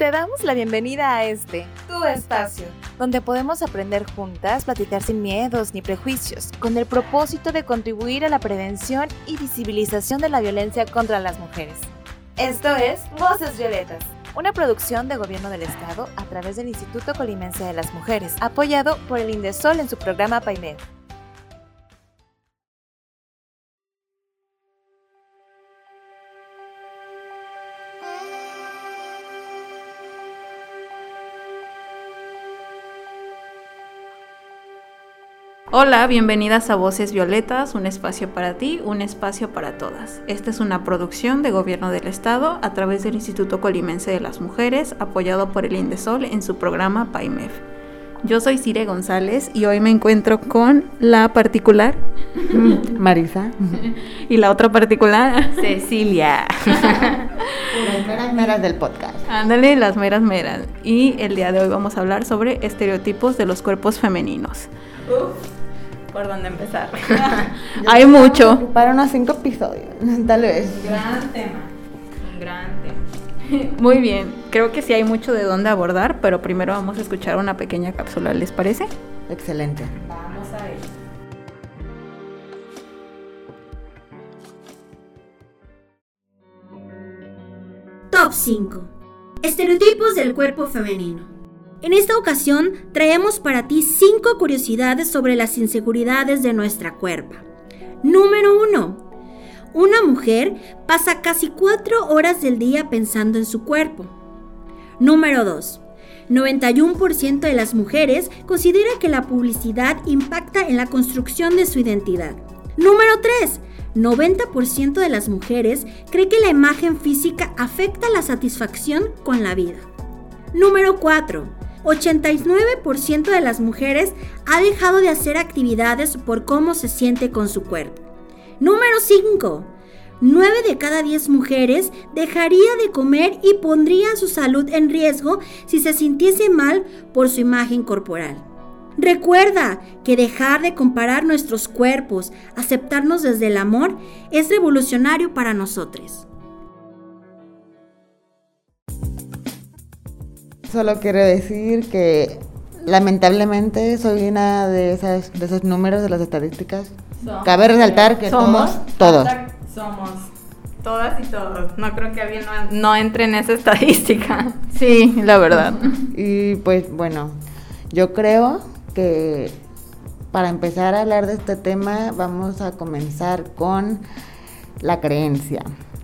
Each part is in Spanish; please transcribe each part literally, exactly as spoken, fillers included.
Te damos la bienvenida a este, tu espacio, donde podemos aprender juntas, platicar sin miedos ni prejuicios, con el propósito de contribuir a la prevención y visibilización de la violencia contra las mujeres. Esto es Voces Violetas, una producción de Gobierno del Estado a través del Instituto Colimense de las Mujeres, apoyado por el INDESOL en su programa PAIMEF. Hola, bienvenidas a Voces Violetas, un espacio para ti, un espacio para todas. Esta es una producción de Gobierno del Estado a través del Instituto Colimense de las Mujeres, apoyado por el INDESOL en su programa PAIMEF. Yo soy Cire González y hoy me encuentro con la particular Marisa y la otra particular Cecilia. Las meras meras del podcast. Ándale, las meras meras. Y el día de hoy vamos a hablar sobre estereotipos de los cuerpos femeninos. Uf. ¿Por dónde empezar? Hay mucho. Para unos cinco episodios, tal vez. Un gran tema, un gran tema. Muy bien, creo que sí hay mucho de dónde abordar, pero primero vamos a escuchar una pequeña cápsula, ¿les parece? Excelente. Vamos a ver. Top cinco. Estereotipos del cuerpo femenino. En esta ocasión traemos para ti cinco curiosidades sobre las inseguridades de nuestra cuerpa. Número uno. Una mujer pasa casi cuatro horas del día pensando en su cuerpo. Número dos. noventa y uno por ciento de las mujeres considera que la publicidad impacta en la construcción de su identidad. Número tres. noventa por ciento de las mujeres cree que la imagen física afecta la satisfacción con la vida. Número cuatro. ochenta y nueve por ciento de las mujeres ha dejado de hacer actividades por cómo se siente con su cuerpo. Número cinco. nueve de cada diez mujeres dejaría de comer y pondría su salud en riesgo si se sintiese mal por su imagen corporal. Recuerda que dejar de comparar nuestros cuerpos, aceptarnos desde el amor, es revolucionario para nosotros. Solo quiero decir que lamentablemente soy una de esas de esos números de las estadísticas. Somos, Cabe resaltar que somos todos, todos. Somos todas y todos. No creo que alguien no, no entre en esa estadística. Sí, la verdad. Y pues bueno, yo creo que para empezar a hablar de este tema vamos a comenzar con la creencia.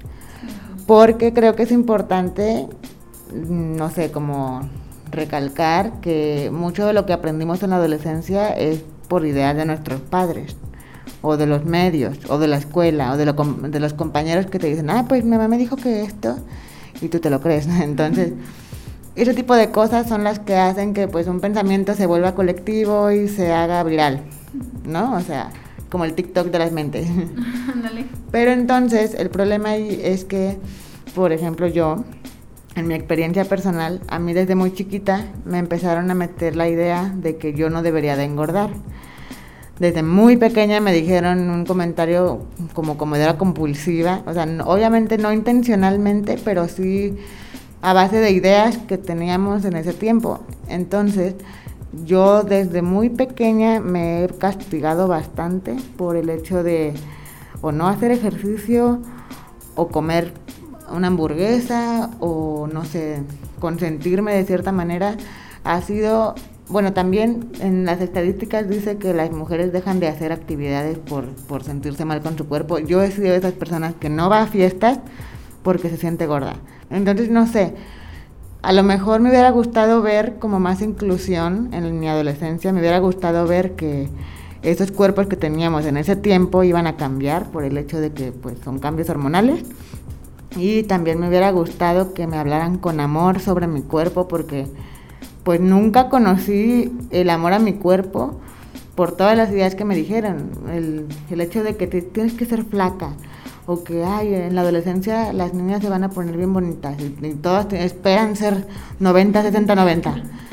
Porque creo que es importante, no sé, como recalcar que mucho de lo que aprendimos en la adolescencia es por ideas de nuestros padres, o de los medios, o de la escuela, o de, lo, de los compañeros que te dicen, ah, pues mi mamá me dijo que esto, y tú te lo crees. Entonces, ese tipo de cosas son las que hacen que pues un pensamiento se vuelva colectivo y se haga viral, ¿no? O sea, como el TikTok de las mentes. Pero entonces, el problema ahí es que, por ejemplo, yo, en mi experiencia personal, a mí desde muy chiquita me empezaron a meter la idea de que yo no debería de engordar. Desde muy pequeña me dijeron un comentario como comedora compulsiva, o sea, no, obviamente no intencionalmente, pero sí a base de ideas que teníamos en ese tiempo. Entonces, yo desde muy pequeña me he castigado bastante por el hecho de o no hacer ejercicio o comer una hamburguesa o no sé, consentirme de cierta manera. Ha sido, bueno, también en las estadísticas dice que las mujeres dejan de hacer actividades por, por sentirse mal con su cuerpo. Yo he sido de esas personas que no va a fiestas porque se siente gorda. Entonces, no sé, a lo mejor me hubiera gustado ver como más inclusión en mi adolescencia, me hubiera gustado ver que esos cuerpos que teníamos en ese tiempo iban a cambiar por el hecho de que pues son cambios hormonales. Y también me hubiera gustado que me hablaran con amor sobre mi cuerpo, porque pues nunca conocí el amor a mi cuerpo por todas las ideas que me dijeron. El, el hecho de que te, tienes que ser flaca, o que ay, en la adolescencia las niñas se van a poner bien bonitas y, y todas te, esperan ser noventa, sesenta, noventa.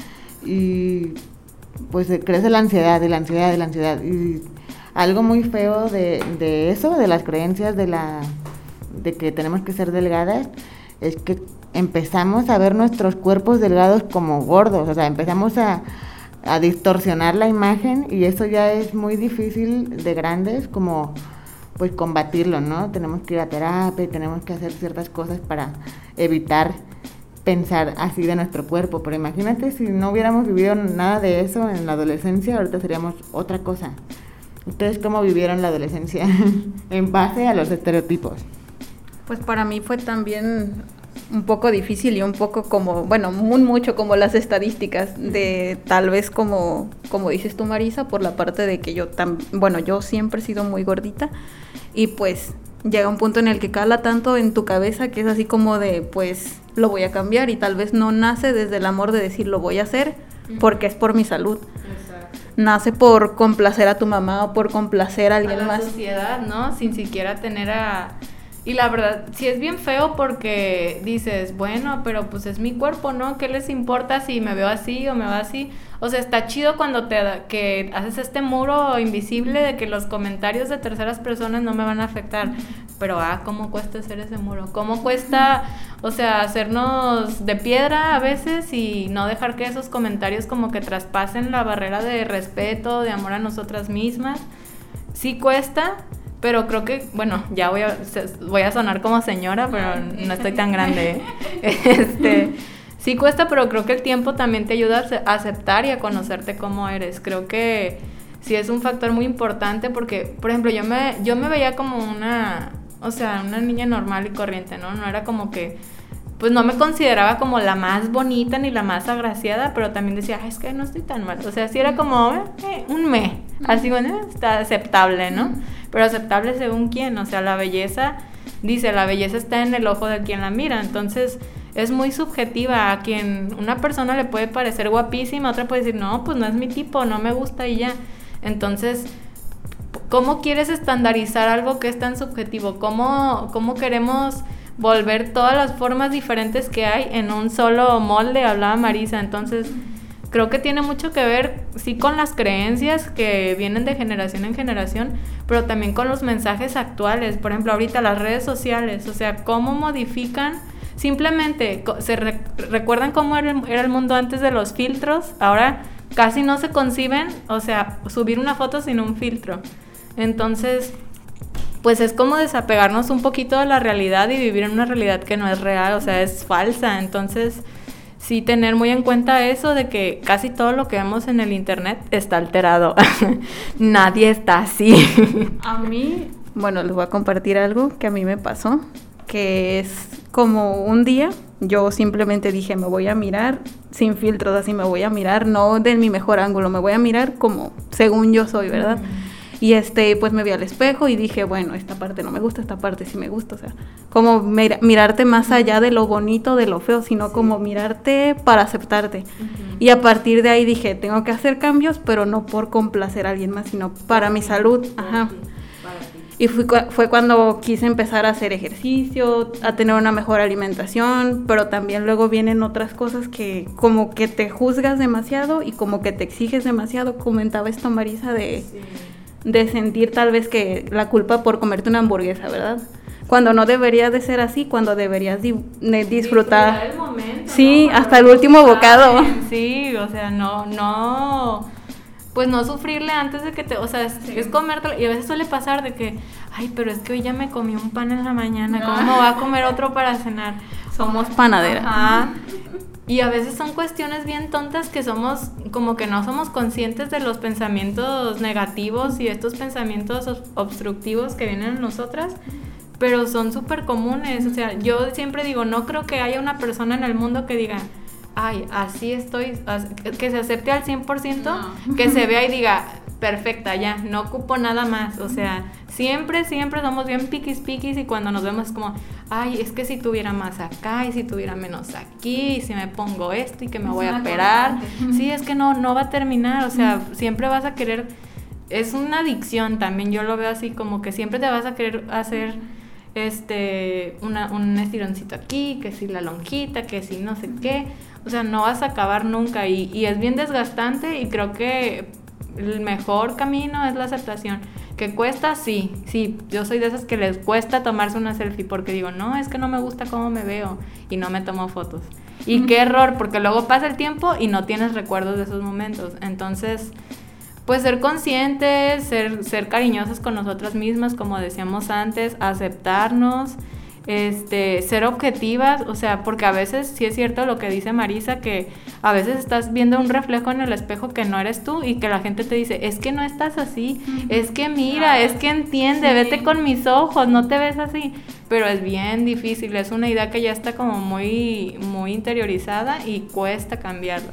Y pues crece la ansiedad, y la ansiedad, y la ansiedad. Y algo muy feo de, de eso, de las creencias de la... de que tenemos que ser delgadas, es que empezamos a ver nuestros cuerpos delgados como gordos, o sea, empezamos a, a distorsionar la imagen y eso ya es muy difícil de grandes como pues combatirlo, ¿no? Tenemos que ir a terapia y tenemos que hacer ciertas cosas para evitar pensar así de nuestro cuerpo, pero imagínate si no hubiéramos vivido nada de eso en la adolescencia, ahorita seríamos otra cosa. ¿Ustedes cómo vivieron la adolescencia en base a los estereotipos? Pues para mí fue también un poco difícil y un poco como, bueno, muy mucho como las estadísticas de tal vez como, como dices tú, Marisa, por la parte de que yo, tam, bueno, yo siempre he sido muy gordita y pues llega un punto en el que cala tanto en tu cabeza que es así como de, pues, lo voy a cambiar y tal vez no nace desde el amor de decir lo voy a hacer porque es por mi salud. Exacto. Nace por complacer a tu mamá o por complacer a alguien a la más. sociedad, ¿no? Sin siquiera tener a... Y la verdad, sí es bien feo porque dices, bueno, pero pues es mi cuerpo, ¿no? ¿Qué les importa si me veo así o me veo así? O sea, está chido cuando te que haces este muro invisible de que los comentarios de terceras personas no me van a afectar. Pero, ah, ¿cómo cuesta hacer ese muro? ¿Cómo cuesta, o sea, hacernos de piedra a veces y no dejar que esos comentarios como que traspasen la barrera de respeto, de amor a nosotras mismas? Sí cuesta, pero creo que, bueno, ya voy a, voy a sonar como señora, pero no estoy tan grande. Este, sí cuesta, pero creo que el tiempo también te ayuda a aceptar y a conocerte cómo eres. Creo que sí es un factor muy importante porque, por ejemplo, yo me, yo me veía como una, o sea, una niña normal y corriente, ¿no? No era como que, pues no me consideraba como la más bonita ni la más agraciada, pero también decía, ay, es que no estoy tan mal. O sea, sí era como eh, un me, así, bueno, está aceptable, ¿no? Pero aceptable según quién, o sea, la belleza, dice, la belleza está en el ojo de quien la mira, entonces es muy subjetiva. A quien una persona le puede parecer guapísima, otra puede decir, no, pues no es mi tipo, no me gusta y ya. Entonces, ¿cómo quieres estandarizar algo que es tan subjetivo? ¿Cómo, cómo queremos volver todas las formas diferentes que hay en un solo molde? Hablaba Marisa, entonces creo que tiene mucho que ver, sí, con las creencias que vienen de generación en generación, pero también con los mensajes actuales. Por ejemplo, ahorita las redes sociales, o sea, cómo modifican, simplemente, se re- recuerdan cómo era el, era el mundo antes de los filtros, ahora casi no se conciben, o sea, subir una foto sin un filtro. Entonces, pues es como desapegarnos un poquito de la realidad y vivir en una realidad que no es real, o sea, es falsa. Entonces, sí tener muy en cuenta eso de que casi todo lo que vemos en el internet está alterado. Nadie está así. A mí, bueno, les voy a compartir algo que a mí me pasó, que es como un día yo simplemente dije, me voy a mirar sin filtros, así me voy a mirar, no de mi mejor ángulo, me voy a mirar como según yo soy, ¿verdad? Mm. Y este, pues me vi al espejo y dije, bueno, esta parte no me gusta, esta parte sí me gusta, o sea, como mir- mirarte más allá de lo bonito, de lo feo, sino sí. como mirarte para aceptarte. Uh-huh. Y a partir de ahí dije, tengo que hacer cambios, pero no por complacer a alguien más, sino para mi salud. Ajá. Y fui, fue cuando quise empezar a hacer ejercicio, a tener una mejor alimentación, pero también luego vienen otras cosas que como que te juzgas demasiado y como que te exiges demasiado. Comentaba esto Marisa de... Sí. de sentir tal vez que la culpa por comerte una hamburguesa, ¿verdad? Cuando no debería de ser así, cuando deberías di- de disfrutar. Disfrutar el momento, sí, ¿no? hasta el último bocado. Sí, o sea, no, no, pues no sufrirle antes de que te, o sea, es, sí. es comértelo, y a veces suele pasar de que, ay, pero es que hoy ya me comí un pan en la mañana, ¿cómo me voy a comer otro para cenar? Somos panaderas. Ajá. Y a veces son cuestiones bien tontas que somos, como que no somos conscientes de los pensamientos negativos y estos pensamientos obstructivos que vienen en nosotras, pero son súper comunes. O sea, yo siempre digo, no creo que haya una persona en el mundo que diga, ay, así estoy, que se acepte al cien por ciento, no. Que se vea y diga, perfecta, ya, no ocupo nada más. O sea, siempre, siempre somos bien piquis piquis y cuando nos vemos es como, ay, es que si tuviera más acá y si tuviera menos aquí y si me pongo esto y que me es voy a operar. Sí, es que no, no va a terminar, o sea, siempre vas a querer, es una adicción también, yo lo veo así como que siempre te vas a querer hacer este una, un estironcito aquí, que si la lonjita, que si no sé qué, o sea, no vas a acabar nunca y, y es bien desgastante y creo que el mejor camino es la aceptación. ¿Que cuesta? Sí, sí, yo soy de esas que les cuesta tomarse una selfie porque digo, no, es que no me gusta cómo me veo y no me tomo fotos. Y qué error, porque luego pasa el tiempo y no tienes recuerdos de esos momentos. Entonces, pues ser conscientes, ser, ser cariñosas con nosotras mismas, como decíamos antes, aceptarnos, este, ser objetivas, o sea, porque a veces sí es cierto lo que dice Marisa, que a veces estás viendo un reflejo en el espejo que no eres tú y que la gente te dice, es que no estás así, uh-huh. es que mira, ah, es que entiende, sí. vete con mis ojos, no te ves así, pero es bien difícil, es una idea que ya está como muy, muy interiorizada y cuesta cambiarla.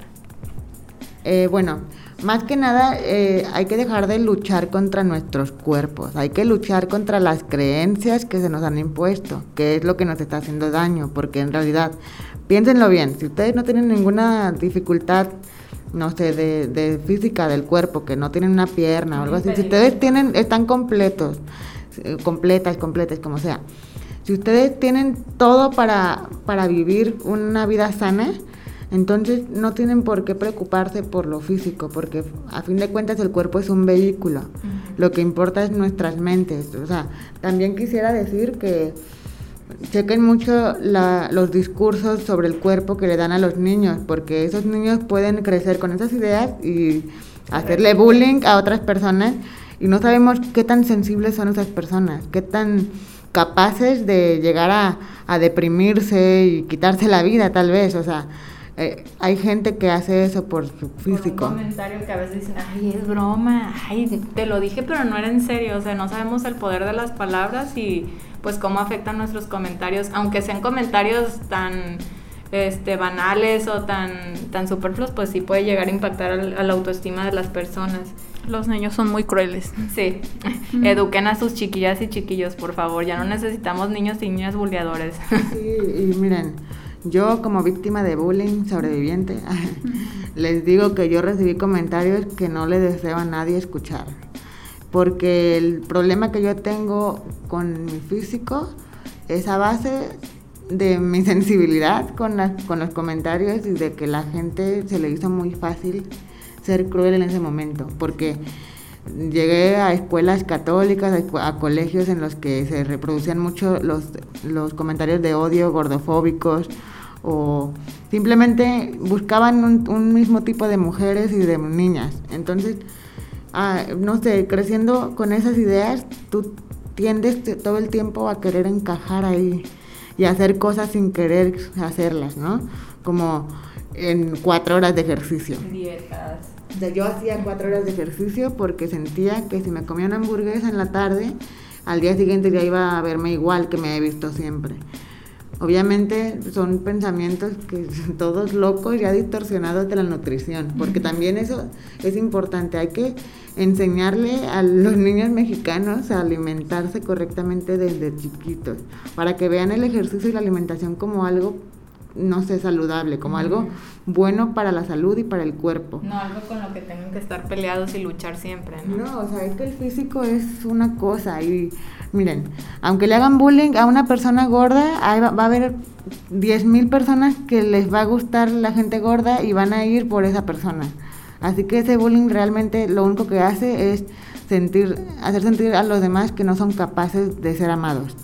Eh, bueno, más que nada eh, hay que dejar de luchar contra nuestros cuerpos, hay que luchar contra las creencias que se nos han impuesto, que es lo que nos está haciendo daño, porque en realidad, piénsenlo bien, si ustedes no tienen ninguna dificultad, no sé, de, de física del cuerpo, que no tienen una pierna o algo así, si ustedes tienen, están completos, completas, completas, como sea, si ustedes tienen todo para, para vivir una vida sana, entonces no tienen por qué preocuparse por lo físico, porque a fin de cuentas el cuerpo es un vehículo, uh-huh. lo que importa es nuestras mentes. O sea, también quisiera decir que chequen mucho la, los discursos sobre el cuerpo que le dan a los niños, porque esos niños pueden crecer con esas ideas y hacerle bullying a otras personas, y no sabemos qué tan sensibles son esas personas, qué tan capaces de llegar a, a deprimirse y quitarse la vida tal vez, o sea, Eh, hay gente que hace eso por su físico. Por un comentario que a veces dicen, ay, es broma, ay, te lo dije, pero no era en serio. O sea, no sabemos el poder de las palabras y pues cómo afectan nuestros comentarios, aunque sean comentarios tan este banales o tan, tan superfluos, pues sí puede llegar a impactar al, a la autoestima de las personas. Los niños son muy crueles. Sí, mm. Eduquen a sus chiquillas y chiquillos, por favor, ya no necesitamos niños y niñas bulleadores. Sí, y miren, yo como víctima de bullying sobreviviente, les digo que yo recibí comentarios que no le deseo a nadie escuchar, porque el problema que yo tengo con mi físico es a base de mi sensibilidad con, las, con los comentarios y de que la gente se le hizo muy fácil ser cruel en ese momento, porque llegué a escuelas católicas, a, a colegios en los que se reproducían mucho los, los comentarios de odio gordofóbicos, o simplemente buscaban un, un mismo tipo de mujeres y de niñas. Entonces, ah, no sé, creciendo con esas ideas, tú tiendes todo el tiempo a querer encajar ahí y hacer cosas sin querer hacerlas, ¿no? Como en cuatro horas de ejercicio. Dietas. O sea, yo hacía cuatro horas de ejercicio porque sentía que si me comía una hamburguesa en la tarde, al día siguiente ya iba a verme igual que me he visto siempre. Obviamente son pensamientos que todos locos ya distorsionados de la nutrición, porque también eso es importante, hay que enseñarle a los niños mexicanos a alimentarse correctamente desde chiquitos, para que vean el ejercicio y la alimentación como algo, no sé, saludable, como algo bueno para la salud y para el cuerpo. No algo con lo que tengan que estar peleados y luchar siempre, ¿no? No, o sea, es que el físico es una cosa y miren, aunque le hagan bullying a una persona gorda, ahí va, va a haber diez mil personas que les va a gustar la gente gorda y van a ir por esa persona. Así que ese bullying realmente lo único que hace es sentir, hacer sentir a los demás que no son capaces de ser amados.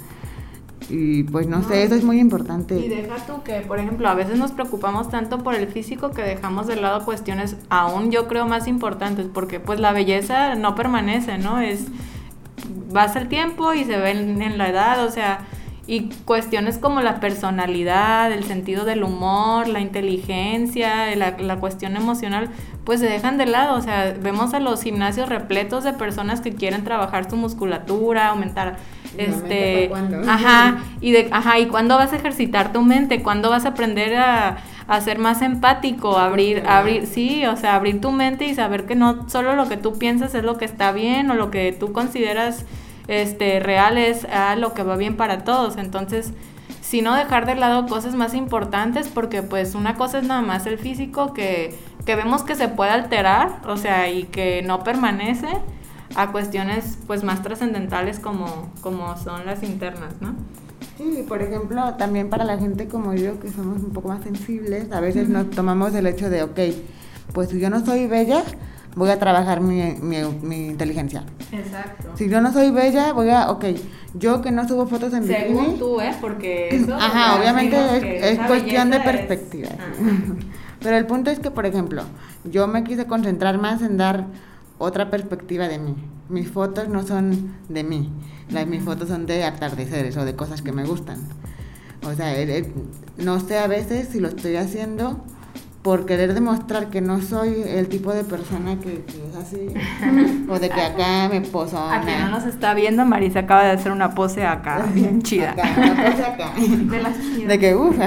Y pues no, no sé, eso es muy importante. Y deja tú que, por ejemplo, a veces nos preocupamos tanto por el físico que dejamos de lado cuestiones aún yo creo más importantes, porque pues la belleza no permanece, ¿no? Es, pasa el tiempo y se ve en, en la edad, o sea, y cuestiones como la personalidad, el sentido del humor, la inteligencia, la, la cuestión emocional, pues se dejan de lado, o sea, vemos a los gimnasios repletos de personas que quieren trabajar su musculatura, aumentar... este ajá y de ajá y cuándo vas a ejercitar tu mente, cuándo vas a aprender a, a ser más empático, a abrir abrir sí, o sea, abrir tu mente y saber que no solo lo que tú piensas es lo que está bien o lo que tú consideras este real es ah, lo que va bien para todos. Entonces, si no dejar de lado cosas más importantes, porque pues una cosa es nada más el físico que que vemos que se puede alterar, o sea, y que no permanece, a cuestiones pues más trascendentales como, como son las internas, ¿no? Sí, por ejemplo, también para la gente como yo, que somos un poco más sensibles, a veces uh-huh. nos tomamos el hecho de, ok, pues si yo no soy bella, voy a trabajar mi, mi, mi inteligencia. Exacto. Si yo no soy bella, voy a, ok, yo que no subo fotos en bikini. Según tú, ¿eh? Porque eso... Ajá, obviamente es, es cuestión de perspectiva. Es... Pero el punto es que, por ejemplo, yo me quise concentrar más en dar otra perspectiva de mí. Mis fotos no son de mí, las, mis fotos son de atardeceres o de cosas que me gustan. O sea, el, el, no sé a veces si lo estoy haciendo por querer demostrar que no soy el tipo de persona que, que es así, o de que acá me poso. A quien no nos está viendo, Marisa acaba de hacer una pose acá, bien chida. Acá, una pose acá. De las De que, uff.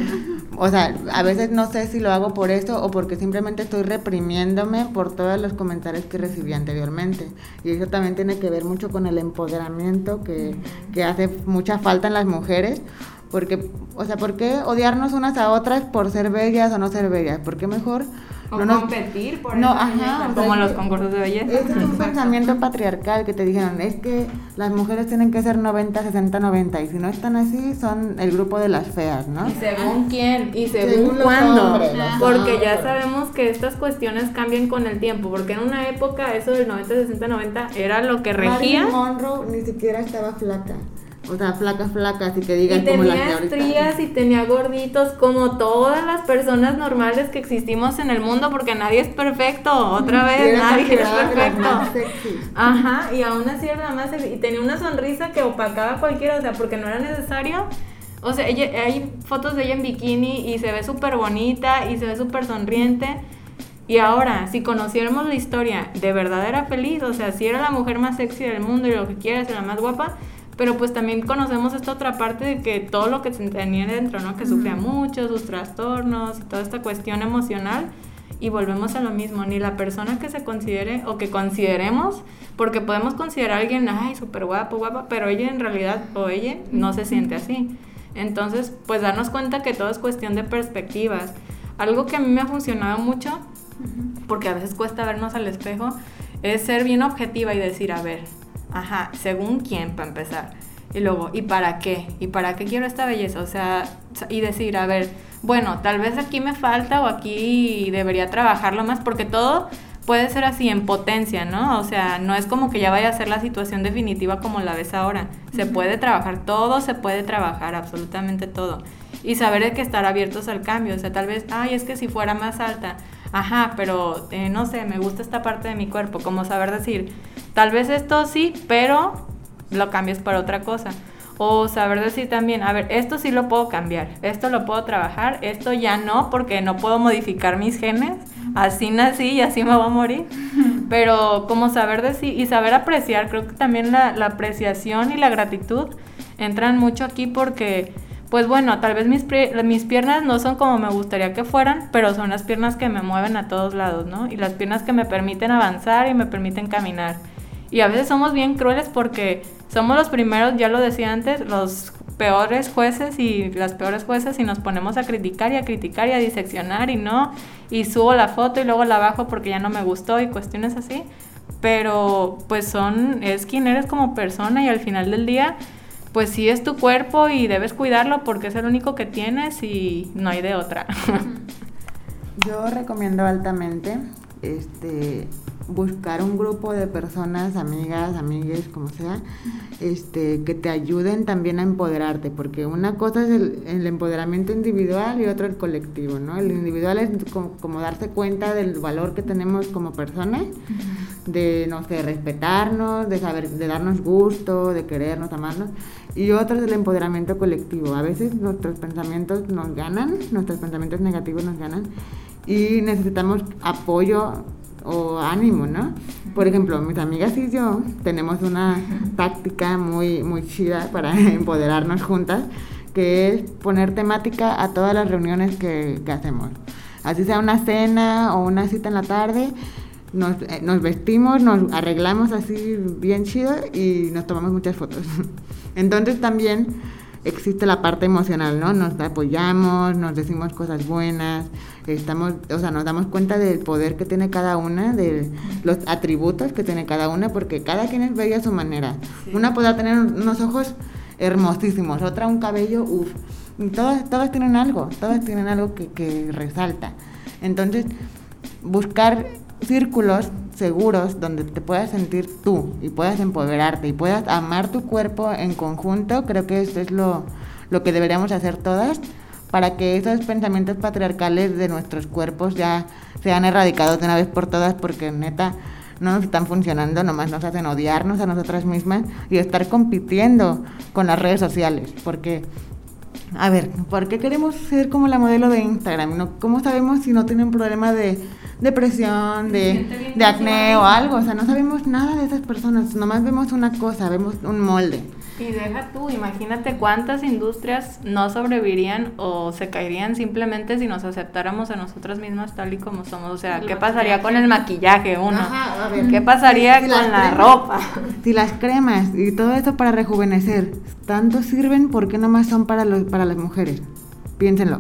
O sea, a veces no sé si lo hago por eso o porque simplemente estoy reprimiéndome por todos los comentarios que recibí anteriormente. Y eso también tiene que ver mucho con el empoderamiento que, que hace mucha falta en las mujeres. Porque, o sea, ¿por qué odiarnos unas a otras por ser bellas o no ser bellas? ¿Por qué mejor o no nos... competir por no, esa ajá, belleza, o sea, como los concursos de belleza? Ese es un pensamiento patriarcal que te dijeron, es que las mujeres tienen que ser noventa, sesenta, noventa, y si no están así, son el grupo de las feas, ¿no? ¿Y según quién? ¿Y según, según cuándo? Hombres, porque ya sabemos que estas cuestiones cambian con el tiempo, porque en una época eso del noventa, sesenta, noventa era lo que regía. Marilyn Monroe ni siquiera estaba flaca. O sea, flaca, flaca, así que digas y como las de tenía ahorita. estrías y tenía gorditos, como todas las personas normales que existimos en el mundo, porque nadie es perfecto, otra vez, nadie es perfecto. Ajá, y aún así era la más sexy, y tenía una sonrisa que opacaba a cualquiera, o sea, porque no era necesario. O sea, ella, hay fotos de ella en bikini y se ve súper bonita y se ve súper sonriente. Y ahora, si conociéramos la historia, de verdad era feliz, o sea, si era la mujer más sexy del mundo y lo que quieras, era la más guapa. Pero pues también conocemos esta otra parte de que todo lo que se tenía dentro, ¿no? Que sufría mucho, sus trastornos y toda esta cuestión emocional. Y volvemos a lo mismo, ni la persona que se considere o que consideremos, porque podemos considerar a alguien, ay, súper guapo, guapa, pero ella en realidad, o ella, no se siente así. Entonces, pues darnos cuenta que todo es cuestión de perspectivas. Algo que a mí me ha funcionado mucho, porque a veces cuesta vernos al espejo, es ser bien objetiva y decir, a ver, ajá, según quién, para empezar. Y luego, ¿y para qué? ¿Y para qué quiero esta belleza? O sea, y decir, a ver, bueno, tal vez aquí me falta o aquí debería trabajarlo más, porque todo puede ser así en potencia, ¿no? O sea, no es como que ya vaya a ser la situación definitiva como la ves ahora. Se puede trabajar todo, se puede trabajar absolutamente todo. Y saber que estar abiertos al cambio. O sea, tal vez, ay, es que si fuera más alta, ajá, pero eh, no sé, me gusta esta parte de mi cuerpo. Como saber decir, tal vez esto sí, pero lo cambias para otra cosa. O saber decir también, a ver, esto sí lo puedo cambiar, esto lo puedo trabajar, esto ya no, porque no puedo modificar mis genes, así nací y así me voy a morir. Pero como saber decir y saber apreciar, creo que también la, la apreciación y la gratitud entran mucho aquí porque, pues bueno, tal vez mis, mis piernas no son como me gustaría que fueran, pero son las piernas que me mueven a todos lados, ¿no? Y las piernas que me permiten avanzar y me permiten caminar. Y a veces somos bien crueles porque somos los primeros, ya lo decía antes, los peores jueces y las peores jueces y nos ponemos a criticar y a criticar y a diseccionar y no, y subo la foto y luego la bajo porque ya no me gustó y cuestiones así. Pero pues son, es quien eres como persona y al final del día, pues sí es tu cuerpo y debes cuidarlo porque es el único que tienes y no hay de otra. Yo recomiendo altamente este buscar un grupo de personas, amigas, amigues, como sea, este, que te ayuden también a empoderarte, porque una cosa es el, el empoderamiento individual y otro el colectivo, ¿no? El individual es como, como darse cuenta del valor que tenemos como personas, de, no sé, respetarnos, de saber, de darnos gusto, de querernos, amarnos, y otro es el empoderamiento colectivo. A veces nuestros pensamientos nos ganan, nuestros pensamientos negativos nos ganan, y necesitamos apoyo o ánimo, ¿no? Por ejemplo, mis amigas y yo tenemos una táctica muy, muy chida para empoderarnos juntas, que es poner temática a todas las reuniones que, que hacemos. Así sea una cena o una cita en la tarde, nos, eh, nos vestimos, nos arreglamos así bien chido y nos tomamos muchas fotos. Entonces también existe la parte emocional, ¿no? Nos apoyamos, nos decimos cosas buenas, estamos, o sea, nos damos cuenta del poder que tiene cada una, de los atributos que tiene cada una, porque cada quien es bella a su manera. Sí. Una podrá tener unos ojos hermosísimos, otra un cabello, uff. Todas, todas tienen algo, todas tienen algo que, que resalta. Entonces, buscar círculos seguros, donde te puedas sentir tú y puedas empoderarte y puedas amar tu cuerpo en conjunto, creo que eso es lo, lo que deberíamos hacer todas, para que esos pensamientos patriarcales de nuestros cuerpos ya sean erradicados de una vez por todas, porque neta no nos están funcionando, nomás nos hacen odiarnos a nosotras mismas y estar compitiendo con las redes sociales, porque, a ver, ¿por qué queremos ser como la modelo de Instagram? ¿No? ¿Cómo sabemos si no tienen un problema de depresión, de, de acné o algo? O sea, no sabemos nada de esas personas, nomás vemos una cosa, vemos un molde. Y deja tú, imagínate cuántas industrias no sobrevivirían o se caerían simplemente si nos aceptáramos a nosotras mismas tal y como somos. O sea, ¿qué pasaría con el maquillaje, uno? Ajá, a ver, ¿qué pasaría si, si con la cremas, ropa? Si las cremas y todo eso para rejuvenecer tanto sirven, ¿por qué nomás son para los para las mujeres? Piénsenlo.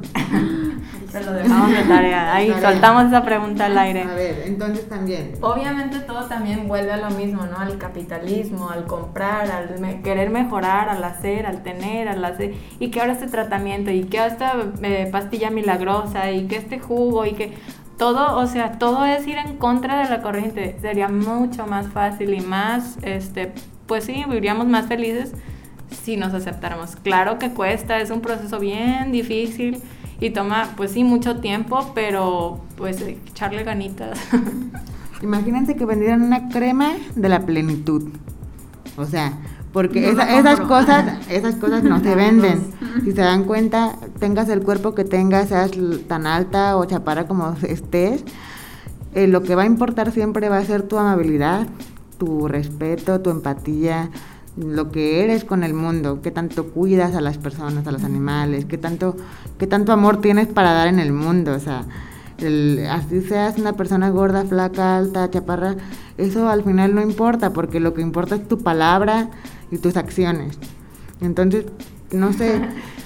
Se lo dejamos de tarea. Ahí tarea. Soltamos esa pregunta al aire. A ver, entonces también. Obviamente todo también vuelve a lo mismo, ¿no? Al capitalismo, al comprar, al me- querer mejorar, al hacer, al tener, al hacer. Y que ahora este tratamiento, y que esta eh, pastilla milagrosa, y que este jugo, y que todo, o sea, todo es ir en contra de la corriente. Sería mucho más fácil y más, este, pues sí, viviríamos más felices si nos aceptáramos. Claro que cuesta, es un proceso bien difícil. Y toma, pues sí, mucho tiempo, pero pues echarle ganitas. Imagínense que vendieran una crema de la plenitud. O sea, porque no esa, esas cosas esas cosas no se venden. Si se dan cuenta, tengas el cuerpo que tengas, seas tan alta o chaparra como estés, eh, lo que va a importar siempre va a ser tu amabilidad, tu respeto, tu empatía, lo que eres con el mundo, qué tanto cuidas a las personas, a los animales, qué tanto, qué tanto amor tienes para dar en el mundo. O sea, el, así seas una persona gorda, flaca, alta, chaparra, eso al final no importa, porque lo que importa es tu palabra y tus acciones. Entonces, no sé,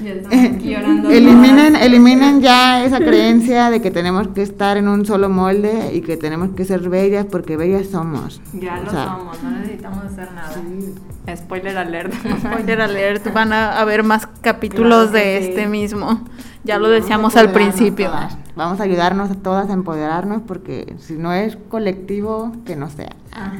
eliminen, eliminen ya esa creencia de que tenemos que estar en un solo molde y que tenemos que ser bellas, porque bellas somos. Ya o lo sea, somos, no necesitamos hacer nada. Sí. Spoiler alert. Spoiler alert, van a haber más capítulos claro de sí. este mismo. Ya sí, lo decíamos al principio. Todas. Vamos a ayudarnos a todas a empoderarnos, porque si no es colectivo, que no sea. Ajá.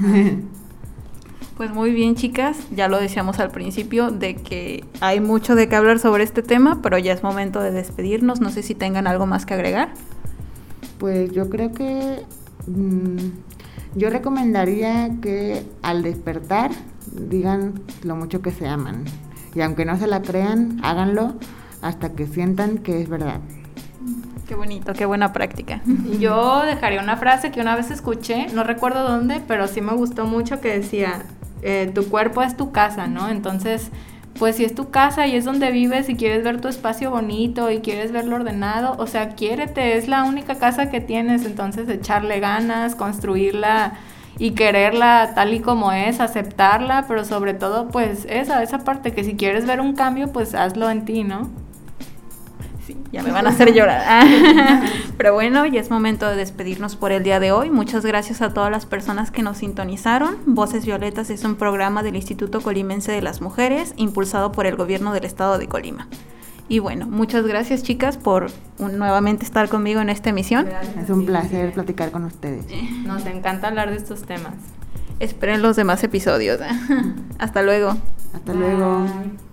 Pues muy bien, chicas, ya lo decíamos al principio de que hay mucho de qué hablar sobre este tema, pero ya es momento de despedirnos. No sé si tengan algo más que agregar. Pues yo creo que mmm, yo recomendaría que al despertar digan lo mucho que se aman, y aunque no se la crean, háganlo hasta que sientan que es verdad. Qué bonito, qué buena práctica. Yo dejaría una frase que una vez escuché, no recuerdo dónde, pero sí me gustó mucho, que decía, eh, tu cuerpo es tu casa, ¿no? Entonces, pues si es tu casa y es donde vives y quieres ver tu espacio bonito y quieres verlo ordenado, o sea, quiérete, es la única casa que tienes, entonces echarle ganas, construirla y quererla tal y como es, aceptarla, pero sobre todo, pues esa, esa parte que si quieres ver un cambio, pues hazlo en ti, ¿no? Sí, ya me van a hacer llorar. Pero bueno, ya es momento de despedirnos por el día de hoy. Muchas gracias a todas las personas que nos sintonizaron. Voces Violetas es un programa del Instituto Colimense de las Mujeres, impulsado por el Gobierno del Estado de Colima. Y bueno, muchas gracias, chicas, por un, nuevamente estar conmigo en esta emisión. Gracias, es un placer platicar con ustedes. Nos encanta hablar de estos temas. Esperen los demás episodios. Hasta luego. Hasta Bye. luego.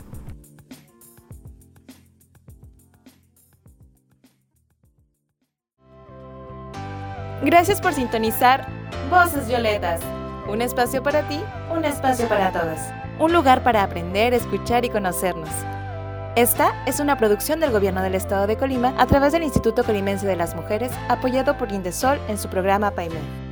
Gracias por sintonizar Voces Violetas. Un espacio para ti, un espacio para todas. Un lugar para aprender, escuchar y conocernos. Esta es una producción del Gobierno del Estado de Colima a través del Instituto Colimense de las Mujeres, apoyado por Indesol en su programa PAIME.